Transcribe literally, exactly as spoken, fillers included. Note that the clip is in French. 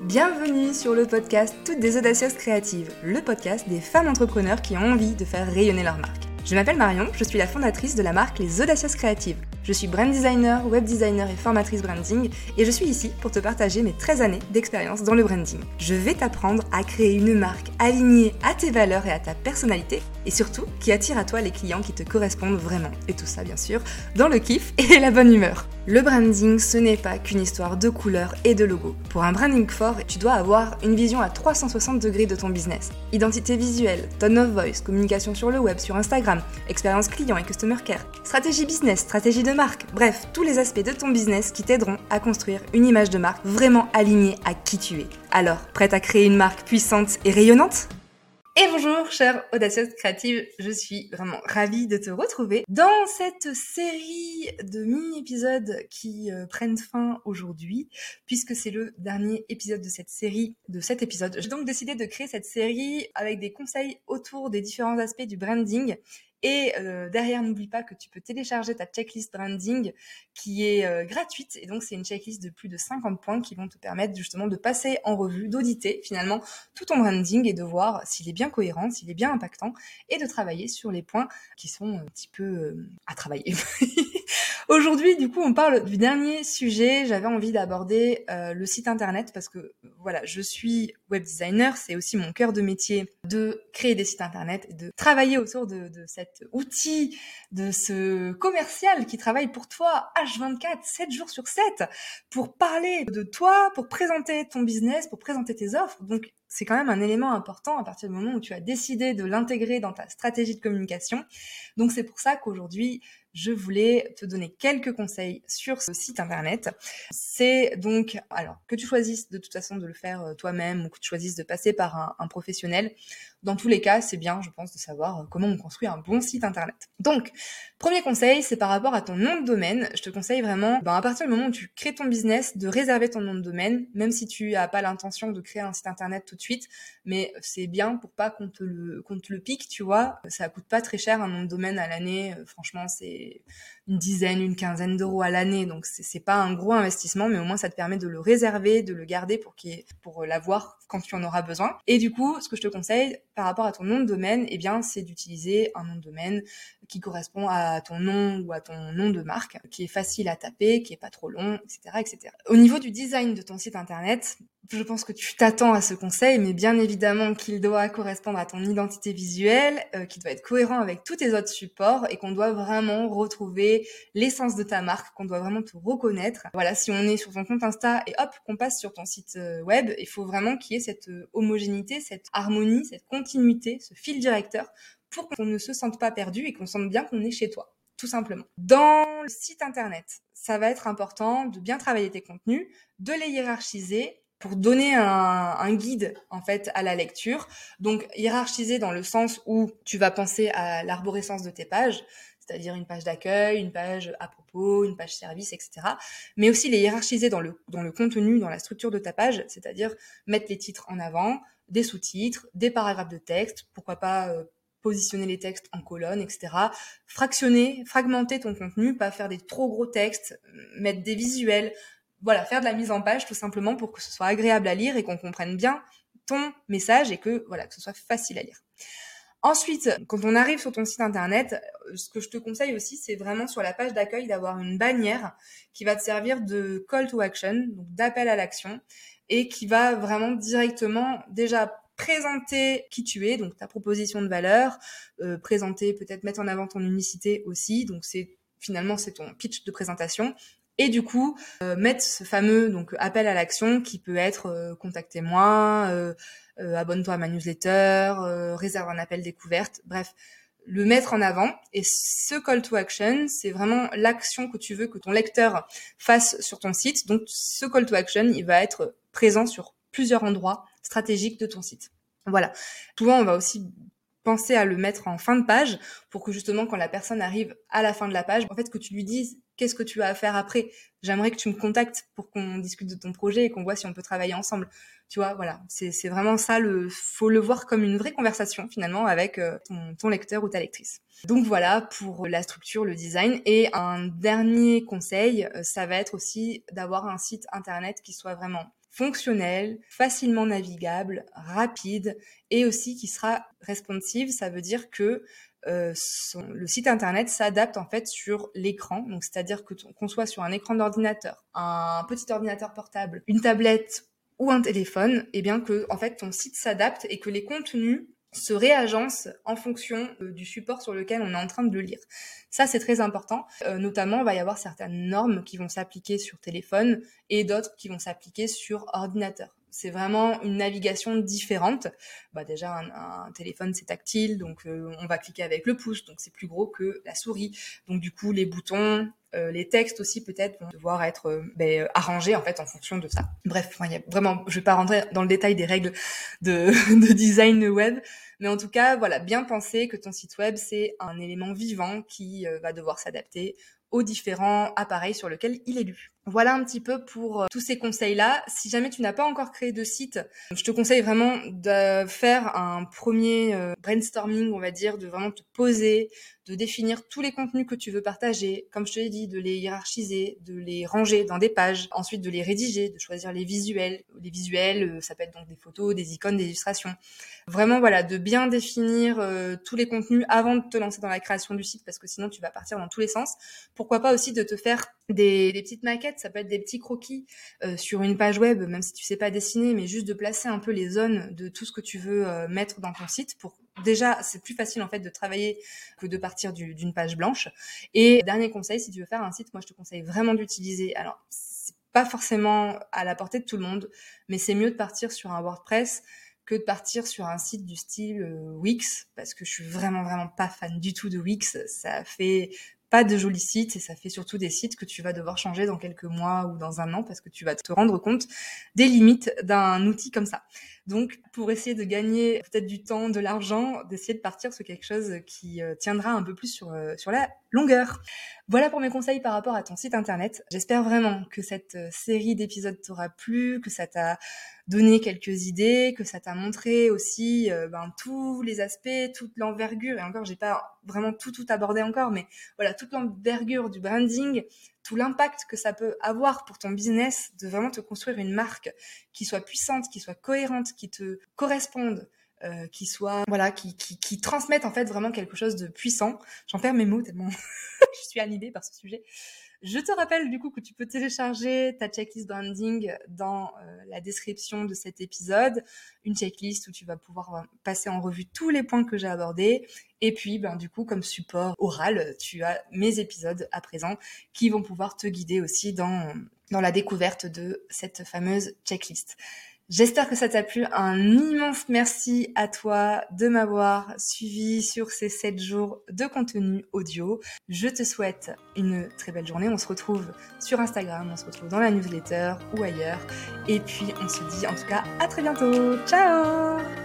Bienvenue sur le podcast Toutes des audacieuses créatives, le podcast des femmes entrepreneurs qui ont envie de faire rayonner leur marque. Je m'appelle Marion, je suis la fondatrice de la marque Les Audacieuses Créatives. Je suis brand designer, web designer et formatrice branding et je suis ici pour te partager mes treize années d'expérience dans le branding. Je vais t'apprendre à créer une marque alignée à tes valeurs et à ta personnalité et surtout qui attire à toi les clients qui te correspondent vraiment. Et tout ça bien sûr dans le kiff et la bonne humeur. Le branding, ce n'est pas qu'une histoire de couleurs et de logos. Pour un branding fort, tu dois avoir une vision à trois cent soixante degrés de ton business. Identité visuelle, tone of voice, communication sur le web, sur Instagram, expérience client et customer care, stratégie business, stratégie de marque, bref, tous les aspects de ton business qui t'aideront à construire une image de marque vraiment alignée à qui tu es. Alors, prête à créer une marque puissante et rayonnante ? Et bonjour, chère audacieuse créative, je suis vraiment ravie de te retrouver dans cette série de mini-épisodes qui euh, prennent fin aujourd'hui, puisque c'est le dernier épisode de cette série, de cet épisode. J'ai donc décidé de créer cette série avec des conseils autour des différents aspects du branding. Et euh, derrière, n'oublie pas que tu peux télécharger ta checklist branding qui est euh, gratuite. Et donc, c'est une checklist de plus de cinquante points qui vont te permettre justement de passer en revue, d'auditer finalement tout ton branding et de voir s'il est bien cohérent, s'il est bien impactant et de travailler sur les points qui sont un petit peu euh, à travailler. Aujourd'hui, du coup, on parle du dernier sujet. J'avais envie d'aborder euh, le site internet parce que voilà, je suis web designer, c'est aussi mon cœur de métier de créer des sites internet et de travailler autour de, de cet outil, de ce commercial qui travaille pour toi H vingt-quatre, sept jours sur sept, pour parler de toi, pour présenter ton business, pour présenter tes offres. Donc, c'est quand même un élément important à partir du moment où tu as décidé de l'intégrer dans ta stratégie de communication. Donc, c'est pour ça qu'aujourd'hui, je voulais te donner quelques conseils sur ce site internet. C'est donc, alors, que tu choisisses de toute façon de le faire toi-même ou que tu choisisses de passer par un, un professionnel, dans tous les cas, c'est bien, je pense, de savoir comment on construit un bon site internet. Donc, premier conseil, c'est par rapport à ton nom de domaine. Je te conseille vraiment, ben, à partir du moment où tu crées ton business, de réserver ton nom de domaine, même si tu n'as pas l'intention de créer un site internet tout de suite, mais c'est bien pour pas qu'on te le, qu'on te le pique, tu vois. Ça coûte pas très cher un nom de domaine à l'année. Franchement, c'est une dizaine, une quinzaine d'euros à l'année, donc c'est, c'est pas un gros investissement, mais au moins ça te permet de le réserver, de le garder pour qu'il y ait, pour l'avoir quand tu en auras besoin. Et du coup, ce que je te conseille par rapport à ton nom de domaine, eh bien, c'est d'utiliser un nom de domaine qui correspond à ton nom ou à ton nom de marque, qui est facile à taper, qui est pas trop long, et cetera, et cetera. Au niveau du design de ton site internet, je pense que tu t'attends à ce conseil, mais bien évidemment qu'il doit correspondre à ton identité visuelle, euh, qu'il doit être cohérent avec tous tes autres supports et qu'on doit vraiment retrouver l'essence de ta marque, qu'on doit vraiment te reconnaître. Voilà, si on est sur ton compte Insta et hop, qu'on passe sur ton site web, il faut vraiment qu'il y ait cette homogénéité, cette harmonie, cette continuité, ce fil directeur pour qu'on ne se sente pas perdu et qu'on sente bien qu'on est chez toi, tout simplement. Dans le site internet, ça va être important de bien travailler tes contenus, de les hiérarchiser pour donner un, un guide en fait à la lecture. Donc hiérarchiser dans le sens où tu vas penser à l'arborescence de tes pages, c'est-à-dire une page d'accueil, une page à propos, une page service, et cetera. Mais aussi les hiérarchiser dans le, dans le contenu, dans la structure de ta page, c'est-à-dire mettre les titres en avant, des sous-titres, des paragraphes de texte, pourquoi pas euh, positionner les textes en colonne, et cetera. Fractionner, fragmenter ton contenu, pas faire des trop gros textes, mettre des visuels, voilà, faire de la mise en page tout simplement pour que ce soit agréable à lire et qu'on comprenne bien ton message et que, voilà, que ce soit facile à lire. Ensuite, quand on arrive sur ton site internet, ce que je te conseille aussi, c'est vraiment sur la page d'accueil d'avoir une bannière qui va te servir de call to action, donc d'appel à l'action, et qui va vraiment directement déjà présenter qui tu es, donc ta proposition de valeur, euh, présenter, peut-être mettre en avant ton unicité aussi, donc c'est finalement c'est ton pitch de présentation. Et du coup, euh, mettre ce fameux donc appel à l'action qui peut être euh, contactez-moi, euh, euh, abonne-toi à ma newsletter, euh, réserve un appel découverte, bref, le mettre en avant. Et ce call to action, c'est vraiment l'action que tu veux que ton lecteur fasse sur ton site. Donc ce call to action, il va être présent sur plusieurs endroits stratégiques de ton site. Voilà. Souvent, on va aussi penser à le mettre en fin de page pour que justement quand la personne arrive à la fin de la page, en fait que tu lui dises qu'est-ce que tu as à faire après ? J'aimerais que tu me contactes pour qu'on discute de ton projet et qu'on voit si on peut travailler ensemble. Tu vois, voilà, c'est, c'est vraiment ça, le, faut le voir comme une vraie conversation finalement avec euh, ton, ton lecteur ou ta lectrice. Donc voilà pour la structure, le design. Et un dernier conseil, euh, ça va être aussi d'avoir un site internet qui soit vraiment fonctionnel, facilement navigable, rapide et aussi qui sera responsive. Ça veut dire que euh, son, le site internet s'adapte en fait sur l'écran. Donc c'est-à-dire que ton, qu'on soit sur un écran d'ordinateur, un petit ordinateur portable, une tablette ou un téléphone, et bien que en fait ton site s'adapte et que les contenus se réagencent en fonction euh, du support sur lequel on est en train de le lire. Ça, c'est très important. Euh, notamment, il va y avoir certaines normes qui vont s'appliquer sur téléphone et d'autres qui vont s'appliquer sur ordinateur. C'est vraiment une navigation différente. Bah déjà, un, un téléphone, c'est tactile, donc euh, on va cliquer avec le pouce, donc c'est plus gros que la souris. Donc du coup, les boutons, euh, les textes aussi peut-être vont devoir être euh, ben, arrangés en fait en fonction de ça. Bref, enfin, y a vraiment, je vais pas rentrer dans le détail des règles de, de design web, mais en tout cas, voilà, bien penser que ton site web, c'est un élément vivant qui euh, va devoir s'adapter aux différents appareils sur lesquels il est lu. Voilà un petit peu pour euh, tous ces conseils-là. Si jamais tu n'as pas encore créé de site, je te conseille vraiment de faire un premier euh, brainstorming, on va dire, de vraiment te poser, de définir tous les contenus que tu veux partager, comme je te l'ai dit, de les hiérarchiser, de les ranger dans des pages, ensuite de les rédiger, de choisir les visuels. Les visuels, euh, ça peut être donc des photos, des icônes, des illustrations. Vraiment, voilà, de bien définir euh, tous les contenus avant de te lancer dans la création du site, parce que sinon tu vas partir dans tous les sens. Pourquoi pas aussi de te faire des, des petites maquettes, ça peut être des petits croquis euh, sur une page web, même si tu sais pas dessiner, mais juste de placer un peu les zones de tout ce que tu veux euh, mettre dans ton site. Pour déjà, c'est plus facile en fait de travailler que de partir du, d'une page blanche. Et dernier conseil, si tu veux faire un site, moi je te conseille vraiment d'utiliser. Alors c'est pas forcément à la portée de tout le monde, mais c'est mieux de partir sur un WordPress que de partir sur un site du style euh, Wix, parce que je suis vraiment vraiment pas fan du tout de Wix. Ça fait pas de jolis sites et ça fait surtout des sites que tu vas devoir changer dans quelques mois ou dans un an parce que tu vas te rendre compte des limites d'un outil comme ça. Donc, pour essayer de gagner peut-être du temps, de l'argent, d'essayer de partir sur quelque chose qui euh, tiendra un peu plus sur, euh, sur la longueur. Voilà pour mes conseils par rapport à ton site internet. J'espère vraiment que cette euh, série d'épisodes t'aura plu, que ça t'a donné quelques idées, que ça t'a montré aussi euh, ben, tous les aspects, toute l'envergure, et encore j'ai pas vraiment tout tout abordé encore, mais voilà, toute l'envergure du branding, tout l'impact que ça peut avoir pour ton business, de vraiment te construire une marque qui soit puissante, qui soit cohérente, qui te corresponde, euh, qui soit voilà, qui, qui qui transmette en fait vraiment quelque chose de puissant. J'en perds mes mots tellement je suis animée par ce sujet. Je te rappelle du coup que tu peux télécharger ta checklist branding dans euh, la description de cet épisode, une checklist où tu vas pouvoir euh, passer en revue tous les points que j'ai abordés. Et puis, ben du coup, comme support oral, tu as mes épisodes à présent qui vont pouvoir te guider aussi dans dans la découverte de cette fameuse checklist. J'espère que ça t'a plu. Un immense merci à toi de m'avoir suivi sur ces sept jours de contenu audio. Je te souhaite une très belle journée. On se retrouve sur Instagram, on se retrouve dans la newsletter ou ailleurs. Et puis, on se dit en tout cas à très bientôt. Ciao!